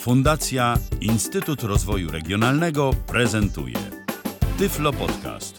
Fundacja Instytut Rozwoju Regionalnego prezentuje Tyflo Podcast.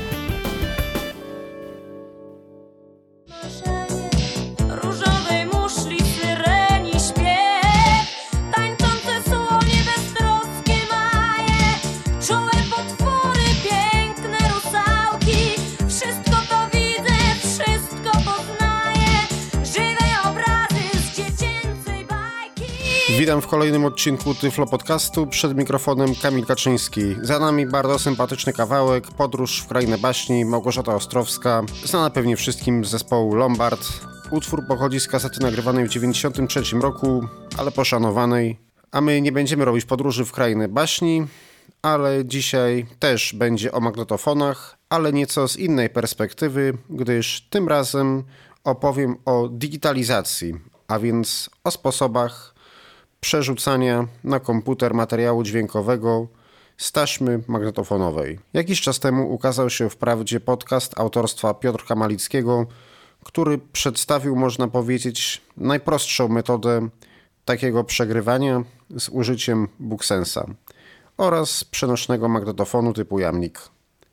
Różowej muszli syreni śpiew, tańczące słonie beztroskie maje, czułe potwory, piękne rusałki. Wszystko to widzę, wszystko poznaję, żywe obrazy z dziecięcej bajki. Witam w kolejnym odcinku Tyflo Podcastu. Przed mikrofonem Kamil Kaczyński. Za nami bardzo sympatyczny kawałek, Podróż w krainę baśni, Małgorzata Ostrowska, znana pewnie wszystkim z zespołu Lombard. Utwór pochodzi z kasety nagrywanej w 1993 roku, ale poszanowanej. A my nie będziemy robić podróży w krainę baśni, ale dzisiaj też będzie o magnetofonach, ale nieco z innej perspektywy, gdyż tym razem opowiem o digitalizacji, a więc o sposobach przerzucania na komputer materiału dźwiękowego z taśmy magnetofonowej. Jakiś czas temu ukazał się wprawdzie podcast autorstwa Piotrka Malickiego, który przedstawił, można powiedzieć, najprostszą metodę takiego przegrywania z użyciem BookSense'a oraz przenośnego magnetofonu typu jamnik.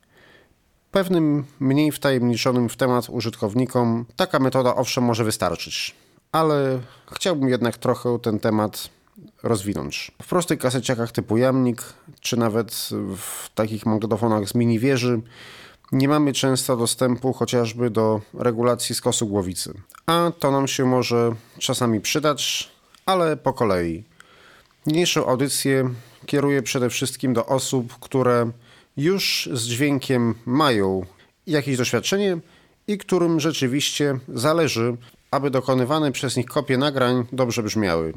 Pewnym mniej wtajemniczonym w temat użytkownikom taka metoda owszem może wystarczyć, ale chciałbym jednak trochę ten temat rozwinąć. W prostych kaseciakach typu jamnik, czy nawet w takich magnetofonach z mini wieży nie mamy często dostępu chociażby do regulacji skosu głowicy. A to nam się może czasami przydać, ale po kolei. Niniejszą audycję kieruję przede wszystkim do osób, które już z dźwiękiem mają jakieś doświadczenie i którym rzeczywiście zależy, aby dokonywane przez nich kopie nagrań dobrze brzmiały.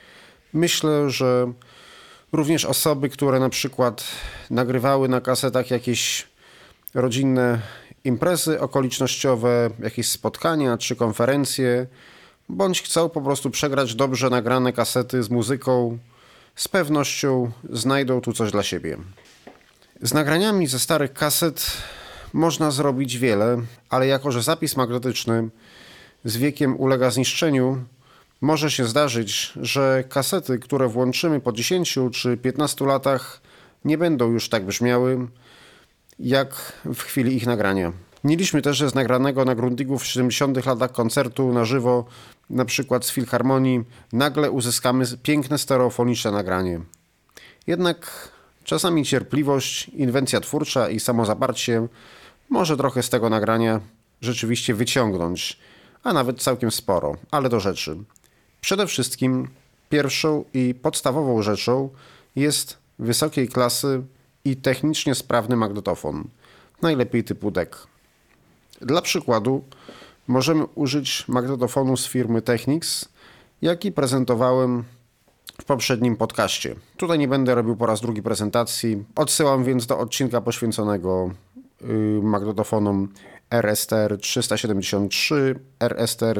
Myślę, że również osoby, które na przykład nagrywały na kasetach jakieś rodzinne imprezy okolicznościowe, jakieś spotkania czy konferencje, bądź chcą po prostu przegrać dobrze nagrane kasety z muzyką, z pewnością znajdą tu coś dla siebie. Z nagraniami ze starych kaset można zrobić wiele, ale jako że zapis magnetyczny z wiekiem ulega zniszczeniu, może się zdarzyć, że kasety, które włączymy po 10 czy 15 latach, nie będą już tak brzmiały, jak w chwili ich nagrania. Nie liczmy też, że z nagranego na Grundigu w 70 latach koncertu na żywo, na przykład z Filharmonii, nagle uzyskamy piękne stereofoniczne nagranie. Jednak czasami cierpliwość, inwencja twórcza i samozaparcie może trochę z tego nagrania rzeczywiście wyciągnąć, a nawet całkiem sporo, ale do rzeczy. Przede wszystkim pierwszą i podstawową rzeczą jest wysokiej klasy i technicznie sprawny magnetofon, najlepiej typu DEC. Dla przykładu możemy użyć magnetofonu z firmy Technics, jaki prezentowałem w poprzednim podcaście. Tutaj nie będę robił po raz drugi prezentacji, odsyłam więc do odcinka poświęconego magnetofonom RSTR 373, RSTR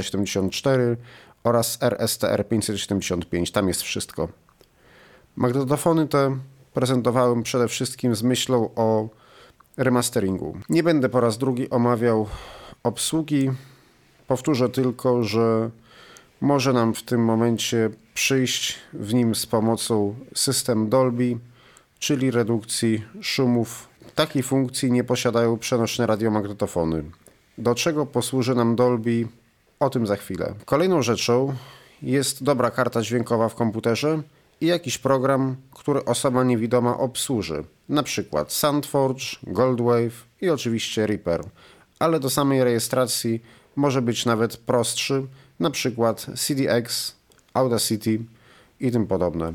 474 oraz RSTR 575. Tam jest wszystko. Magnetofony te prezentowałem przede wszystkim z myślą o remasteringu. Nie będę po raz drugi omawiał obsługi. Powtórzę tylko, że może nam w tym momencie przyjść w nim z pomocą system Dolby, czyli redukcji szumów. Takiej funkcji nie posiadają przenośne radiomagnetofony. Do czego posłuży nam Dolby? O tym za chwilę. Kolejną rzeczą jest dobra karta dźwiękowa w komputerze i jakiś program, który osoba niewidoma obsłuży. Na przykład SoundForge, Goldwave i oczywiście Reaper. Ale do samej rejestracji może być nawet prostszy, na przykład CDX, Audacity i tym podobne.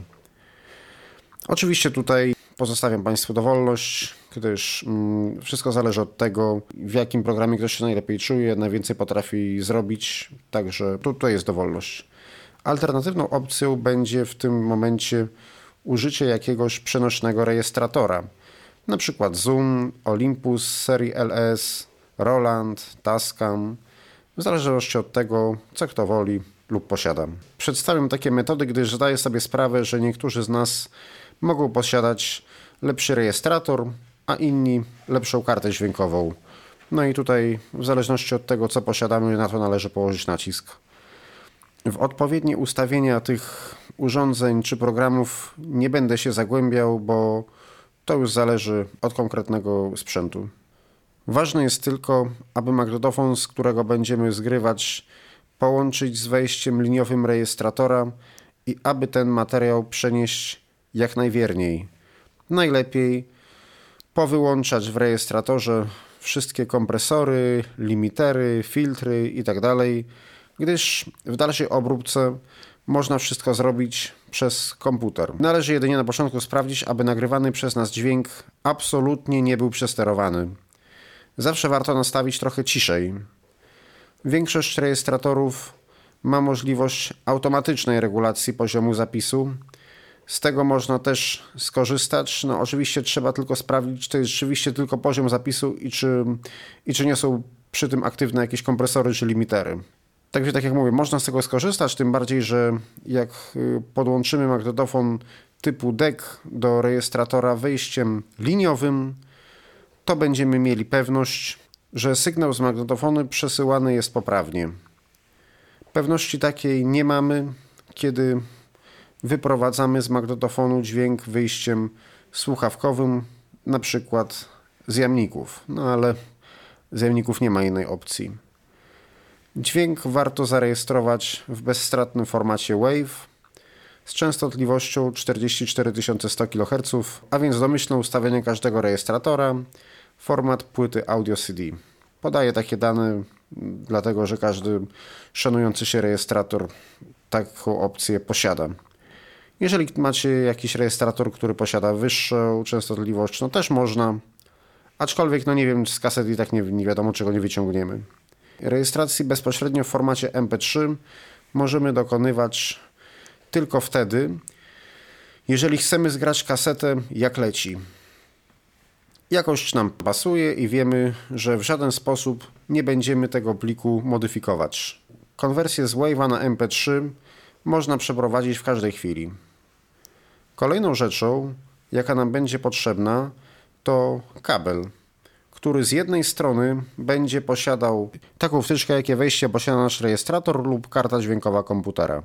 Oczywiście tutaj pozostawiam Państwu dowolność, gdyż wszystko zależy od tego, w jakim programie ktoś się najlepiej czuje, najwięcej potrafi zrobić, także tutaj jest dowolność. Alternatywną opcją będzie w tym momencie użycie jakiegoś przenośnego rejestratora, na przykład Zoom, Olympus z serii LS, Roland, Tascam, w zależności od tego, co kto woli lub posiada. Przedstawiam takie metody, gdyż zdaję sobie sprawę, że niektórzy z nas mogą posiadać lepszy rejestrator, a inni lepszą kartę dźwiękową. No i tutaj w zależności od tego, co posiadamy, na to należy położyć nacisk. W odpowiednie ustawienia tych urządzeń czy programów nie będę się zagłębiał, bo to już zależy od konkretnego sprzętu. Ważne jest tylko, aby magnetofon, z którego będziemy zgrywać, połączyć z wejściem liniowym rejestratora i aby ten materiał przenieść jak najwierniej. Najlepiej powyłączać w rejestratorze wszystkie kompresory, limitery, filtry itd., gdyż w dalszej obróbce można wszystko zrobić przez komputer. Należy jedynie na początku sprawdzić, aby nagrywany przez nas dźwięk absolutnie nie był przesterowany. Zawsze warto nastawić trochę ciszej. Większość rejestratorów ma możliwość automatycznej regulacji poziomu zapisu. Z tego można też skorzystać. Oczywiście trzeba tylko sprawdzić, czy to jest rzeczywiście tylko poziom zapisu i czy nie są przy tym aktywne jakieś kompresory czy limitery. Także tak jak mówię, można z tego skorzystać, tym bardziej, że jak podłączymy magnetofon typu DEC do rejestratora wejściem liniowym, to będziemy mieli pewność, że sygnał z magnetofonu przesyłany jest poprawnie. Pewności takiej nie mamy, kiedy wyprowadzamy z magnetofonu dźwięk wyjściem słuchawkowym, na przykład z jamników. Ale z jamników nie ma innej opcji. Dźwięk warto zarejestrować w bezstratnym formacie WAVE z częstotliwością 44100 kHz, a więc domyślne ustawienie każdego rejestratora, format płyty audio CD. Podaję takie dane, dlatego że każdy szanujący się rejestrator taką opcję posiada. Jeżeli macie jakiś rejestrator, który posiada wyższą częstotliwość, też można, aczkolwiek nie wiem, z kaset i tak nie wiadomo czego nie wyciągniemy. Rejestracji bezpośrednio w formacie MP3 możemy dokonywać tylko wtedy, jeżeli chcemy zgrać kasetę jak leci. Jakość nam pasuje i wiemy, że w żaden sposób nie będziemy tego pliku modyfikować. Konwersję z WAVe'a na MP3 można przeprowadzić w każdej chwili. Kolejną rzeczą, jaka nam będzie potrzebna, to kabel, który z jednej strony będzie posiadał taką wtyczkę, jakie wejście posiada nasz rejestrator lub karta dźwiękowa komputera.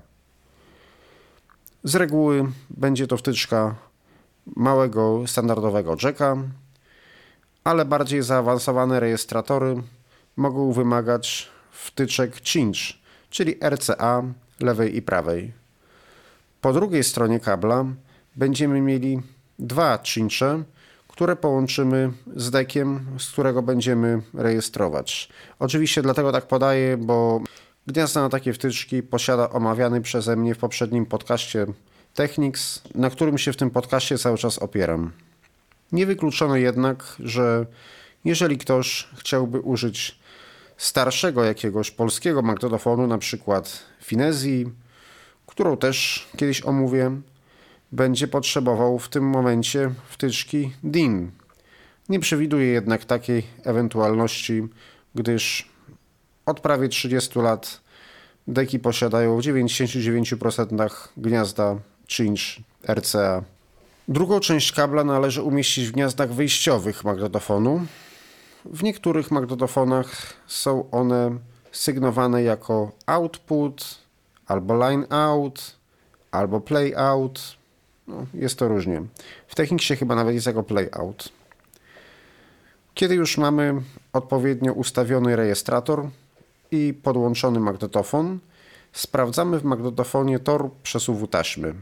Z reguły będzie to wtyczka małego, standardowego jacka, ale bardziej zaawansowane rejestratory mogą wymagać wtyczek cinch, czyli RCA lewej i prawej. Po drugiej stronie kabla będziemy mieli dwa cinche, które połączymy z deckiem, z którego będziemy rejestrować. Oczywiście dlatego tak podaję, bo gniazda na takie wtyczki posiada omawiany przeze mnie w poprzednim podcaście Technics, na którym się w tym podcaście cały czas opieram. Nie wykluczono jednak, że jeżeli ktoś chciałby użyć starszego jakiegoś polskiego magnetofonu, na przykład Finezji, którą też kiedyś omówię, będzie potrzebował w tym momencie wtyczki DIN. Nie przewiduję jednak takiej ewentualności, gdyż od prawie 30 lat deki posiadają w 99% gniazda cinch RCA. Drugą część kabla należy umieścić w gniazdach wyjściowych magnetofonu. W niektórych magnetofonach są one sygnowane jako output, albo line out, albo play out. Jest to różnie. W Technicsie chyba nawet jest jako play out. Kiedy już mamy odpowiednio ustawiony rejestrator i podłączony magnetofon, sprawdzamy w magnetofonie tor przesuwu taśmy.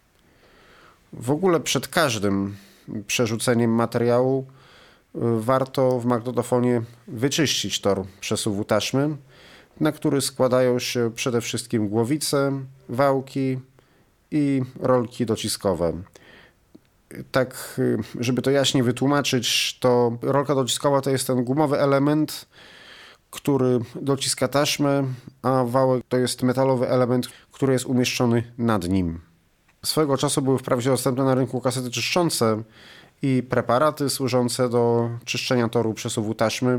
W ogóle przed każdym przerzuceniem materiału warto w magnetofonie wyczyścić tor przesuwu taśmy, na który składają się przede wszystkim głowice, wałki i rolki dociskowe. Tak, żeby to jaśniej wytłumaczyć, to rolka dociskowa to jest ten gumowy element, który dociska taśmę, a wałek to jest metalowy element, który jest umieszczony nad nim. Swego czasu były wprawdzie dostępne na rynku kasety czyszczące i preparaty służące do czyszczenia toru przesuwu taśmy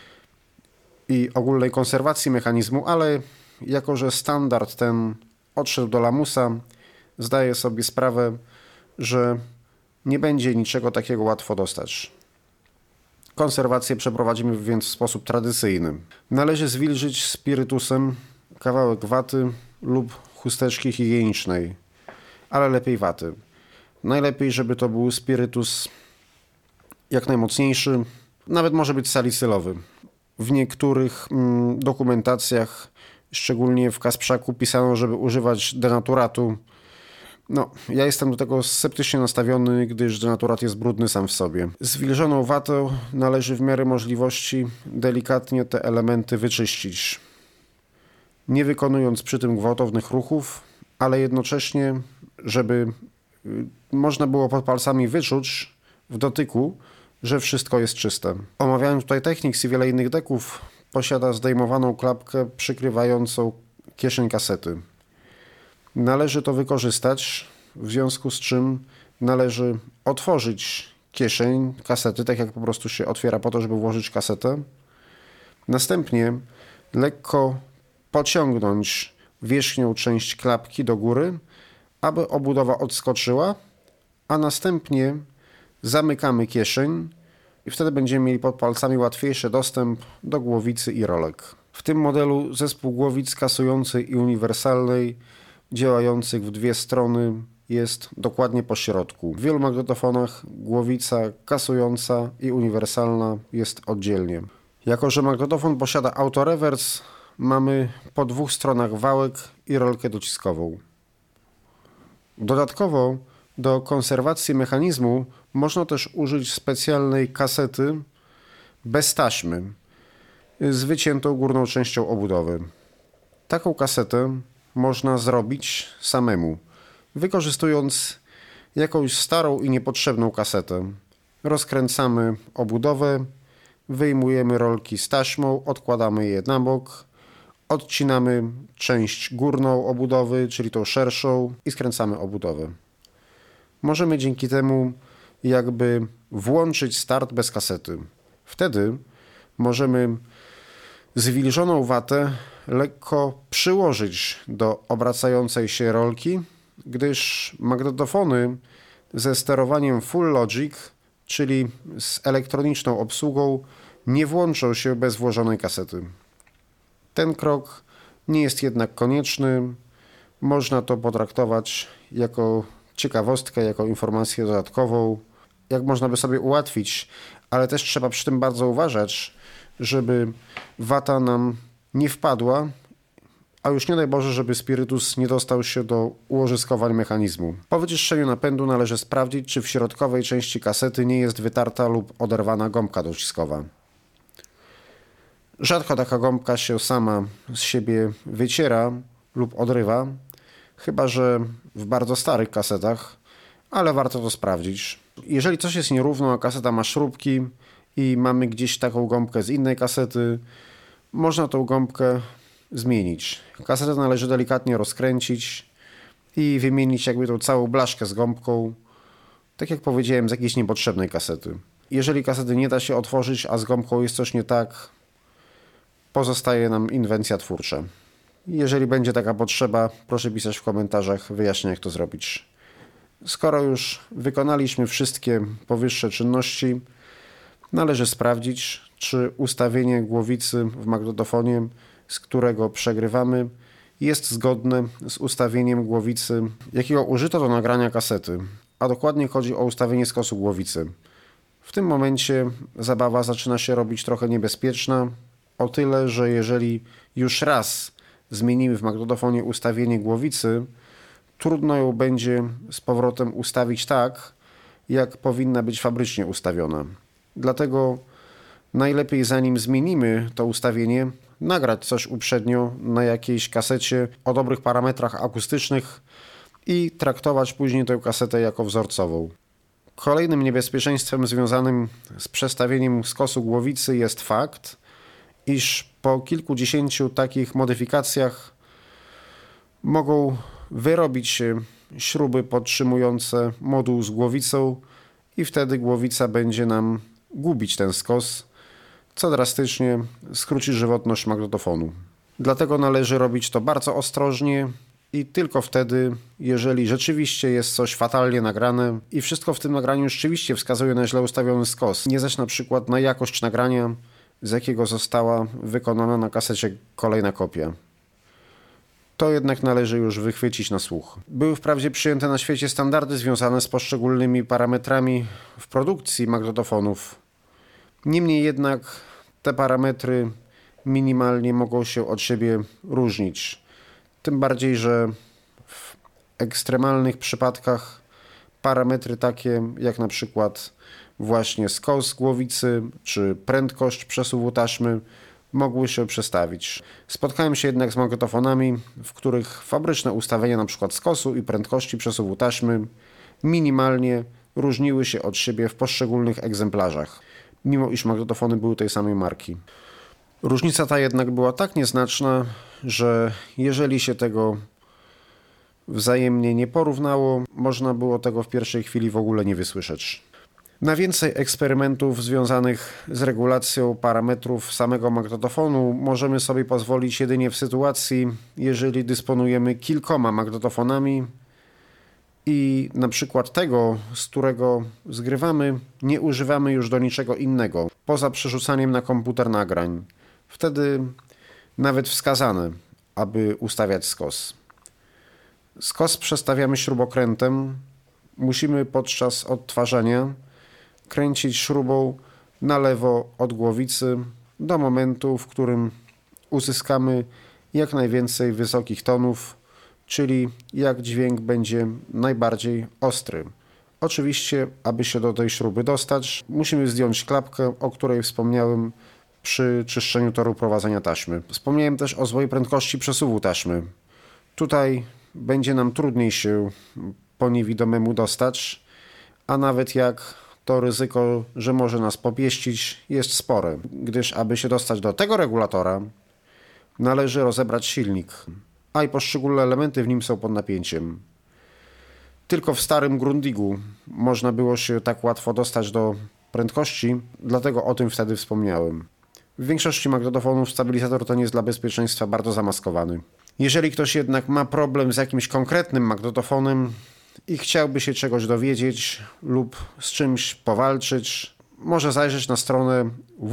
i ogólnej konserwacji mechanizmu, ale jako że standard ten odszedł do lamusa, zdaję sobie sprawę, że nie będzie niczego takiego łatwo dostać. Konserwację przeprowadzimy więc w sposób tradycyjny. Należy zwilżyć spirytusem kawałek waty lub chusteczki higienicznej, ale lepiej waty. Najlepiej, żeby to był spirytus jak najmocniejszy, nawet może być salicylowy. W niektórych dokumentacjach, szczególnie w Kasprzaku, pisano, żeby używać denaturatu. Ja jestem do tego sceptycznie nastawiony, gdyż denaturat jest brudny sam w sobie. Zwilżoną watę należy w miarę możliwości delikatnie te elementy wyczyścić, nie wykonując przy tym gwałtownych ruchów, ale jednocześnie, żeby można było pod palcami wyczuć w dotyku, że wszystko jest czyste. Omawiając tutaj Technics i wiele innych deków, posiada zdejmowaną klapkę przykrywającą kieszeń kasety. Należy to wykorzystać, w związku z czym należy otworzyć kieszeń kasety, tak jak po prostu się otwiera po to, żeby włożyć kasetę. Następnie lekko pociągnąć wierzchnią część klapki do góry, aby obudowa odskoczyła, a następnie zamykamy kieszeń i wtedy będziemy mieli pod palcami łatwiejszy dostęp do głowicy i rolek. W tym modelu zespół głowic kasującej i uniwersalnej, działających w dwie strony, jest dokładnie po środku. W wielu magnetofonach głowica kasująca i uniwersalna jest oddzielnie. Jako że magnetofon posiada autorewers, mamy po dwóch stronach wałek i rolkę dociskową. Dodatkowo do konserwacji mechanizmu można też użyć specjalnej kasety bez taśmy z wyciętą górną częścią obudowy. Taką kasetę można zrobić samemu, wykorzystując jakąś starą i niepotrzebną kasetę. Rozkręcamy obudowę, wyjmujemy rolki z taśmą, odkładamy je na bok, odcinamy część górną obudowy, czyli tą szerszą, i skręcamy obudowę. Możemy dzięki temu jakby włączyć start bez kasety. Wtedy możemy zwilżoną watę lekko przyłożyć do obracającej się rolki, gdyż magnetofony ze sterowaniem Full Logic, czyli z elektroniczną obsługą, nie włączą się bez włożonej kasety. Ten krok nie jest jednak konieczny. Można to potraktować jako ciekawostkę, jako informację dodatkową, jak można by sobie ułatwić, ale też trzeba przy tym bardzo uważać, żeby wata nam nie wpadła, a już nie daj Boże, żeby spirytus nie dostał się do ułożyskowań mechanizmu. Po wyczyszczeniu napędu należy sprawdzić, czy w środkowej części kasety nie jest wytarta lub oderwana gąbka dociskowa. Rzadko taka gąbka się sama z siebie wyciera lub odrywa, chyba że w bardzo starych kasetach, ale warto to sprawdzić. Jeżeli coś jest nierówno, a kaseta ma śrubki i mamy gdzieś taką gąbkę z innej kasety, można tą gąbkę zmienić. Kasetę należy delikatnie rozkręcić i wymienić jakby tą całą blaszkę z gąbką, tak jak powiedziałem, z jakiejś niepotrzebnej kasety. Jeżeli kasety nie da się otworzyć, a z gąbką jest coś nie tak, pozostaje nam inwencja twórcza. Jeżeli będzie taka potrzeba, proszę pisać w komentarzach, wyjaśnię, jak to zrobić. Skoro już wykonaliśmy wszystkie powyższe czynności, należy sprawdzić, czy ustawienie głowicy w magnetofonie, z którego przegrywamy, jest zgodne z ustawieniem głowicy, jakiego użyto do nagrania kasety, a dokładnie chodzi o ustawienie skosu głowicy. W tym momencie zabawa zaczyna się robić trochę niebezpieczna, o tyle, że jeżeli już raz zmienimy w magnetofonie ustawienie głowicy, trudno ją będzie z powrotem ustawić tak, jak powinna być fabrycznie ustawiona. Dlatego najlepiej, zanim zmienimy to ustawienie, nagrać coś uprzednio na jakiejś kasecie o dobrych parametrach akustycznych i traktować później tę kasetę jako wzorcową. Kolejnym niebezpieczeństwem związanym z przestawieniem skosu głowicy jest fakt, iż po kilkudziesięciu takich modyfikacjach mogą wyrobić się śruby podtrzymujące moduł z głowicą i wtedy głowica będzie nam gubić ten skos, co drastycznie skróci żywotność magnetofonu. Dlatego należy robić to bardzo ostrożnie i tylko wtedy, jeżeli rzeczywiście jest coś fatalnie nagrane i wszystko w tym nagraniu rzeczywiście wskazuje na źle ustawiony skos, nie zaś na przykład na jakość nagrania, z jakiego została wykonana na kasecie kolejna kopia. To jednak należy już wychwycić na słuch. Były wprawdzie przyjęte na świecie standardy związane z poszczególnymi parametrami w produkcji magnetofonów. Niemniej jednak te parametry minimalnie mogą się od siebie różnić. Tym bardziej, że w ekstremalnych przypadkach parametry takie jak na przykład właśnie skos głowicy czy prędkość przesuwu taśmy mogły się przestawić. Spotkałem się jednak z magnetofonami, w których fabryczne ustawienia np. skosu i prędkości przesuwu taśmy minimalnie różniły się od siebie w poszczególnych egzemplarzach, mimo iż magnetofony były tej samej marki. Różnica ta jednak była tak nieznaczna, że jeżeli się tego wzajemnie nie porównało, można było tego w pierwszej chwili w ogóle nie wysłyszeć. Na więcej eksperymentów związanych z regulacją parametrów samego magnetofonu możemy sobie pozwolić jedynie w sytuacji, jeżeli dysponujemy kilkoma magnetofonami i na przykład tego, z którego zgrywamy, nie używamy już do niczego innego, poza przerzucaniem na komputer nagrań. Wtedy nawet wskazane, aby ustawiać skos. Skos przestawiamy śrubokrętem. Musimy podczas odtwarzania kręcić śrubą na lewo od głowicy do momentu, w którym uzyskamy jak najwięcej wysokich tonów, czyli jak dźwięk będzie najbardziej ostry. Oczywiście, aby się do tej śruby dostać, musimy zdjąć klapkę, o której wspomniałem przy czyszczeniu toru prowadzenia taśmy. Wspomniałem też o złej prędkości przesuwu taśmy. Tutaj będzie nam trudniej się po niewidomemu dostać, a nawet jak to ryzyko, że może nas popieścić, jest spore, gdyż aby się dostać do tego regulatora, należy rozebrać silnik, a i poszczególne elementy w nim są pod napięciem. Tylko w starym Grundigu można było się tak łatwo dostać do prędkości, dlatego o tym wtedy wspomniałem. W większości magnetofonów stabilizator ten jest dla bezpieczeństwa bardzo zamaskowany. Jeżeli ktoś jednak ma problem z jakimś konkretnym magnetofonem i chciałby się czegoś dowiedzieć lub z czymś powalczyć, może zajrzeć na stronę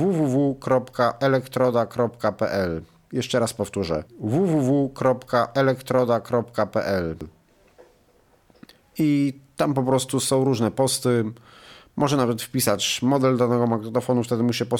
www.elektroda.pl. Jeszcze raz powtórzę: www.elektroda.pl. I tam po prostu są różne posty. Może nawet wpisać model danego magnetofonu, wtedy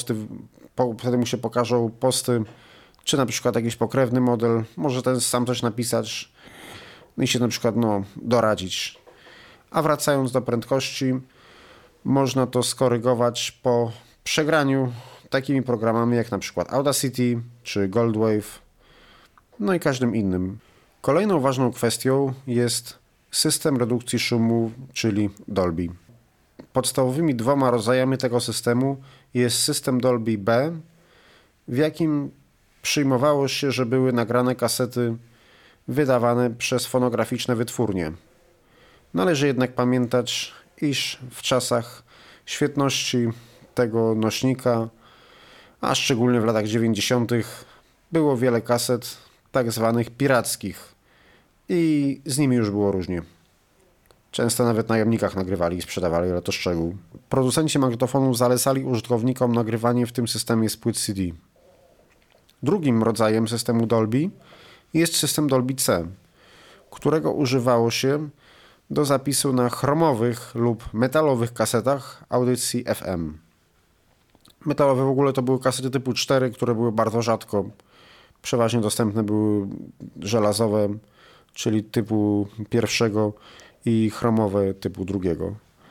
mu się pokażą posty, czy na przykład jakiś pokrewny model. Może ten sam coś napisać i się na przykład doradzić. A wracając do prędkości, można to skorygować po przegraniu takimi programami jak na przykład Audacity czy Goldwave, no i każdym innym. Kolejną ważną kwestią jest system redukcji szumu, czyli Dolby. Podstawowymi dwoma rodzajami tego systemu jest system Dolby B, w jakim przyjmowało się, że były nagrane kasety wydawane przez fonograficzne wytwórnie. Należy jednak pamiętać, iż w czasach świetności tego nośnika, a szczególnie w latach 90., było wiele kaset tak zwanych pirackich i z nimi już było różnie. Często nawet na jamnikach nagrywali i sprzedawali, ale to szczegół. Producenci magnetofonów zalecali użytkownikom nagrywanie w tym systemie z płyt CD. Drugim rodzajem systemu Dolby jest system Dolby C, którego używało się do zapisu na chromowych lub metalowych kasetach audycji FM. Metalowe w ogóle to były kasety typu 4, które były bardzo rzadko. Przeważnie dostępne były żelazowe, czyli typu pierwszego, i chromowe typu drugiego.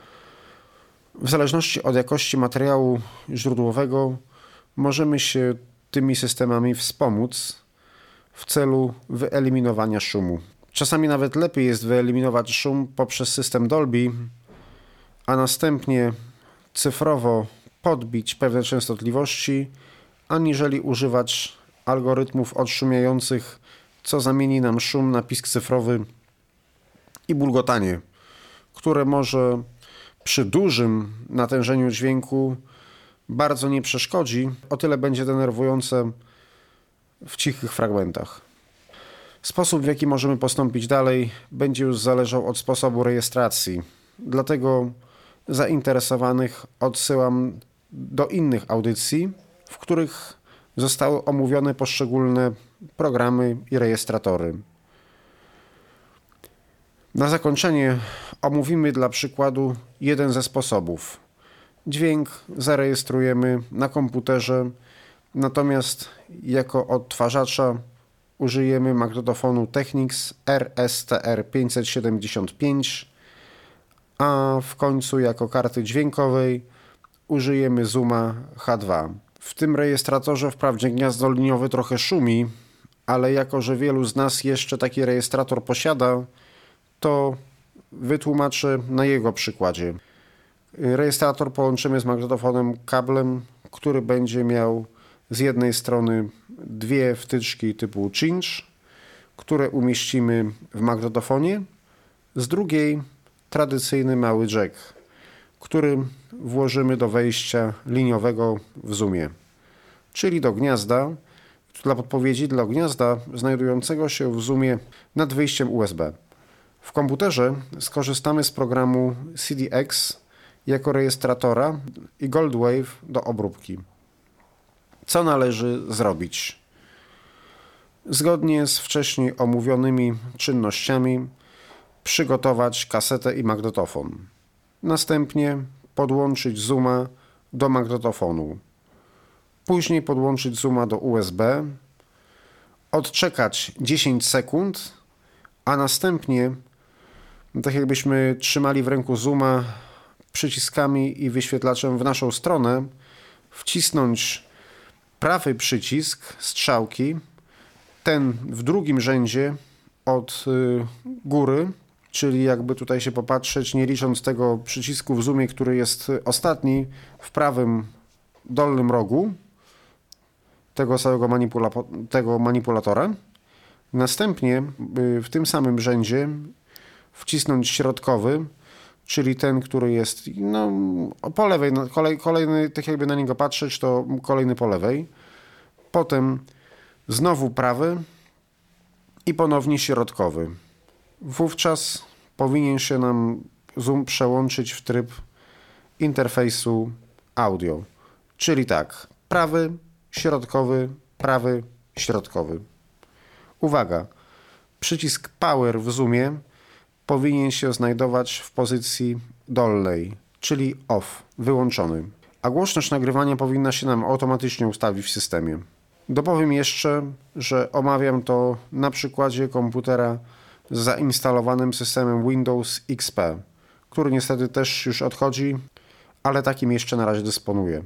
W zależności od jakości materiału źródłowego możemy się tymi systemami wspomóc w celu wyeliminowania szumu. Czasami nawet lepiej jest wyeliminować szum poprzez system Dolby, a następnie cyfrowo podbić pewne częstotliwości, aniżeli używać algorytmów odszumiających, co zamieni nam szum na pisk cyfrowy i bulgotanie, które może przy dużym natężeniu dźwięku bardzo nie przeszkodzi, o tyle będzie denerwujące w cichych fragmentach. Sposób, w jaki możemy postąpić dalej, będzie już zależał od sposobu rejestracji. Dlatego zainteresowanych odsyłam do innych audycji, w których zostały omówione poszczególne programy i rejestratory. Na zakończenie omówimy dla przykładu jeden ze sposobów. Dźwięk zarejestrujemy na komputerze, natomiast jako odtwarzacza użyjemy magnetofonu Technics RSTR 575, a w końcu jako karty dźwiękowej użyjemy Zooma H2. W tym rejestratorze wprawdzie gniazdo liniowe trochę szumi, ale jako że wielu z nas jeszcze taki rejestrator posiada, to wytłumaczę na jego przykładzie. Rejestrator połączymy z magnetofonem kablem, który będzie miał z jednej strony dwie wtyczki typu cinch, które umieścimy w magnetofonie, z drugiej tradycyjny mały jack, który włożymy do wejścia liniowego w Zoomie, czyli do gniazda, dla podpowiedzi, do gniazda znajdującego się w Zoomie nad wyjściem USB. W komputerze skorzystamy z programu CDX jako rejestratora i Goldwave do obróbki. Co należy zrobić? Zgodnie z wcześniej omówionymi czynnościami przygotować kasetę i magnetofon. Następnie podłączyć Zooma do magnetofonu. Później podłączyć Zooma do USB. Odczekać 10 sekund, a następnie, tak jakbyśmy trzymali w ręku Zooma przyciskami i wyświetlaczem w naszą stronę, wcisnąć prawy przycisk strzałki, ten w drugim rzędzie od góry, czyli jakby tutaj się popatrzeć, nie licząc tego przycisku w Zoomie, który jest ostatni w prawym dolnym rogu tego całego manipulatora. Następnie w tym samym rzędzie wcisnąć środkowy, czyli ten, który jest po lewej, kolejny, tak jakby na niego patrzeć, to kolejny po lewej. Potem znowu prawy i ponownie środkowy. Wówczas powinien się nam Zoom przełączyć w tryb interfejsu audio. Czyli tak, prawy, środkowy. Uwaga, przycisk Power w Zoomie powinien się znajdować w pozycji dolnej, czyli off, wyłączony. A głośność nagrywania powinna się nam automatycznie ustawić w systemie. Dopowiem jeszcze, że omawiam to na przykładzie komputera z zainstalowanym systemem Windows XP, który niestety też już odchodzi, ale takim jeszcze na razie dysponuję.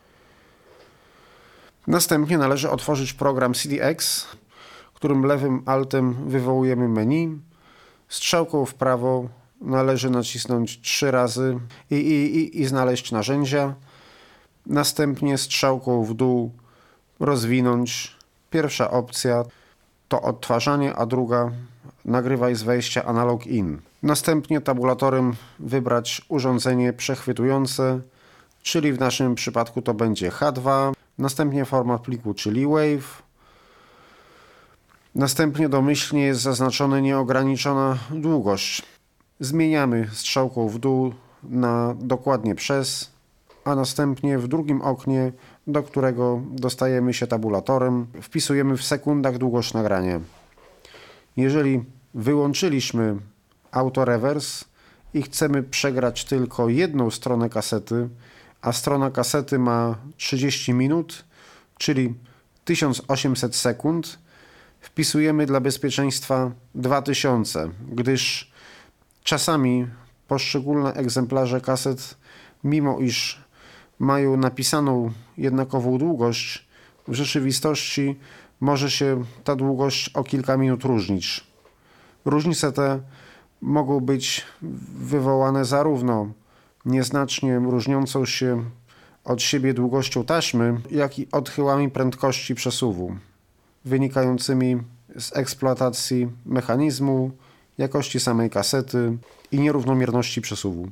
Następnie należy otworzyć program CDX, którym lewym altem wywołujemy menu. Strzałką w prawo należy nacisnąć 3 razy i znaleźć narzędzia. Następnie strzałką w dół rozwinąć. Pierwsza opcja to odtwarzanie, a druga nagrywaj z wejścia analog in. Następnie tabulatorem wybrać urządzenie przechwytujące, czyli w naszym przypadku to będzie H2. Następnie format pliku, czyli WAV. Następnie domyślnie jest zaznaczona nieograniczona długość. Zmieniamy strzałką w dół na dokładnie przez, a następnie w drugim oknie, do którego dostajemy się tabulatorem, wpisujemy w sekundach długość nagrania. Jeżeli wyłączyliśmy autorewers i chcemy przegrać tylko jedną stronę kasety, a strona kasety ma 30 minut, czyli 1800 sekund, wpisujemy dla bezpieczeństwa 2000, gdyż czasami poszczególne egzemplarze kaset, mimo iż mają napisaną jednakową długość, w rzeczywistości może się ta długość o kilka minut różnić. Różnice te mogą być wywołane zarówno nieznacznie różniącą się od siebie długością taśmy, jak i odchyłami prędkości przesuwu, wynikającymi z eksploatacji mechanizmu, jakości samej kasety i nierównomierności przesuwu.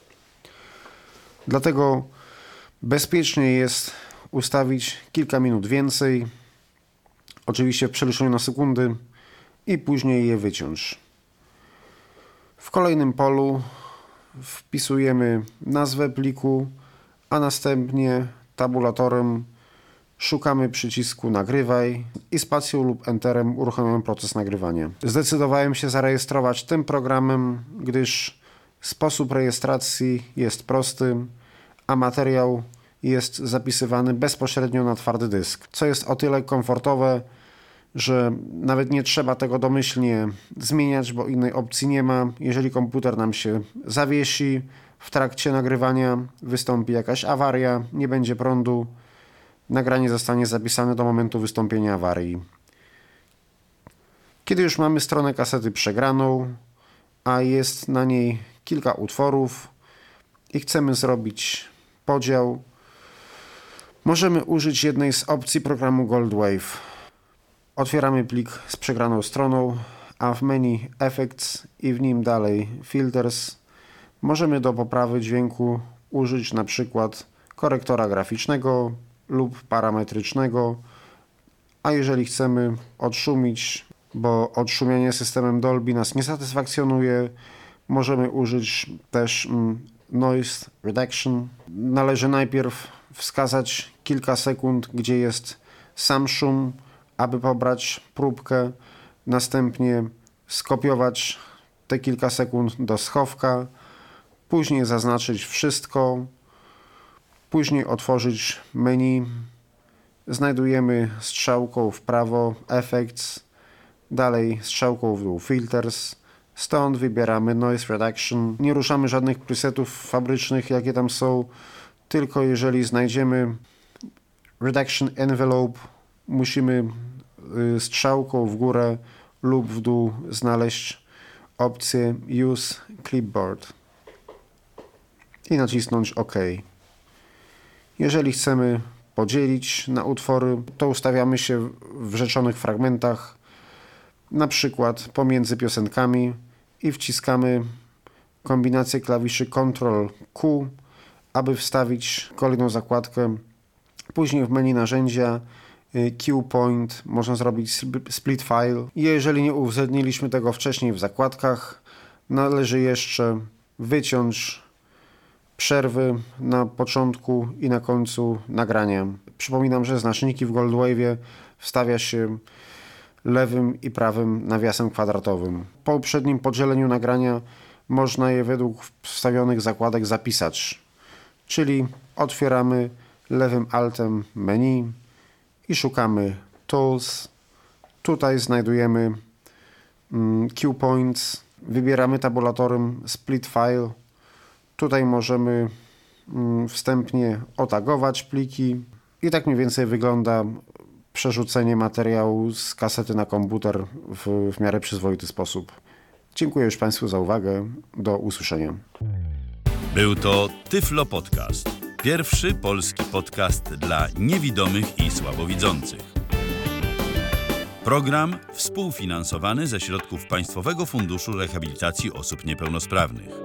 Dlatego bezpiecznie jest ustawić kilka minut więcej, oczywiście w przeliczeniu na sekundy, i później je wyciąć. W kolejnym polu wpisujemy nazwę pliku, a następnie tabulatorem szukamy przycisku nagrywaj i spacją lub enterem uruchamiamy proces nagrywania. Zdecydowałem się zarejestrować tym programem, gdyż sposób rejestracji jest prosty, a materiał jest zapisywany bezpośrednio na twardy dysk, co jest o tyle komfortowe, że nawet nie trzeba tego domyślnie zmieniać, bo innej opcji nie ma. Jeżeli komputer nam się zawiesi w trakcie nagrywania, wystąpi jakaś awaria, nie będzie prądu, nagranie zostanie zapisane do momentu wystąpienia awarii. Kiedy już mamy stronę kasety przegraną, a jest na niej kilka utworów i chcemy zrobić podział, możemy użyć jednej z opcji programu Goldwave. Otwieramy plik z przegraną stroną, a w menu Effects i w nim dalej Filters możemy do poprawy dźwięku użyć na przykład korektora graficznego lub parametrycznego, a jeżeli chcemy odszumić, bo odszumianie systemem Dolby nas nie satysfakcjonuje, możemy użyć też Noise Reduction. Należy najpierw wskazać kilka sekund, gdzie jest sam szum, aby pobrać próbkę, następnie skopiować te kilka sekund do schowka, później zaznaczyć wszystko, później otworzyć menu, znajdujemy strzałką w prawo Effects, dalej strzałką w dół Filters, stąd wybieramy Noise Reduction. Nie ruszamy żadnych presetów fabrycznych, jakie tam są, tylko jeżeli znajdziemy Reduction Envelope, musimy strzałką w górę lub w dół znaleźć opcję Use Clipboard i nacisnąć OK. Jeżeli chcemy podzielić na utwory, to ustawiamy się w rzeczonych fragmentach, na przykład pomiędzy piosenkami i wciskamy kombinację klawiszy Ctrl+Q, aby wstawić kolejną zakładkę. Później w menu narzędzia Cue Point można zrobić split file. Jeżeli nie uwzględniliśmy tego wcześniej w zakładkach, należy jeszcze wyciąć przerwy na początku i na końcu nagrania. Przypominam, że znaczniki w Goldwave'ie wstawia się lewym i prawym nawiasem kwadratowym. Po uprzednim podzieleniu nagrania można je według wstawionych zakładek zapisać, czyli otwieramy lewym altem menu i szukamy Tools. Tutaj znajdujemy Cue Points, wybieramy tabulatorem Split File. Tutaj możemy wstępnie otagować pliki i tak mniej więcej wygląda przerzucenie materiału z kasety na komputer w miarę przyzwoity sposób. Dziękuję już Państwu za uwagę. Do usłyszenia. Był to Tyflo Podcast. Pierwszy polski podcast dla niewidomych i słabowidzących. Program współfinansowany ze środków Państwowego Funduszu Rehabilitacji Osób Niepełnosprawnych.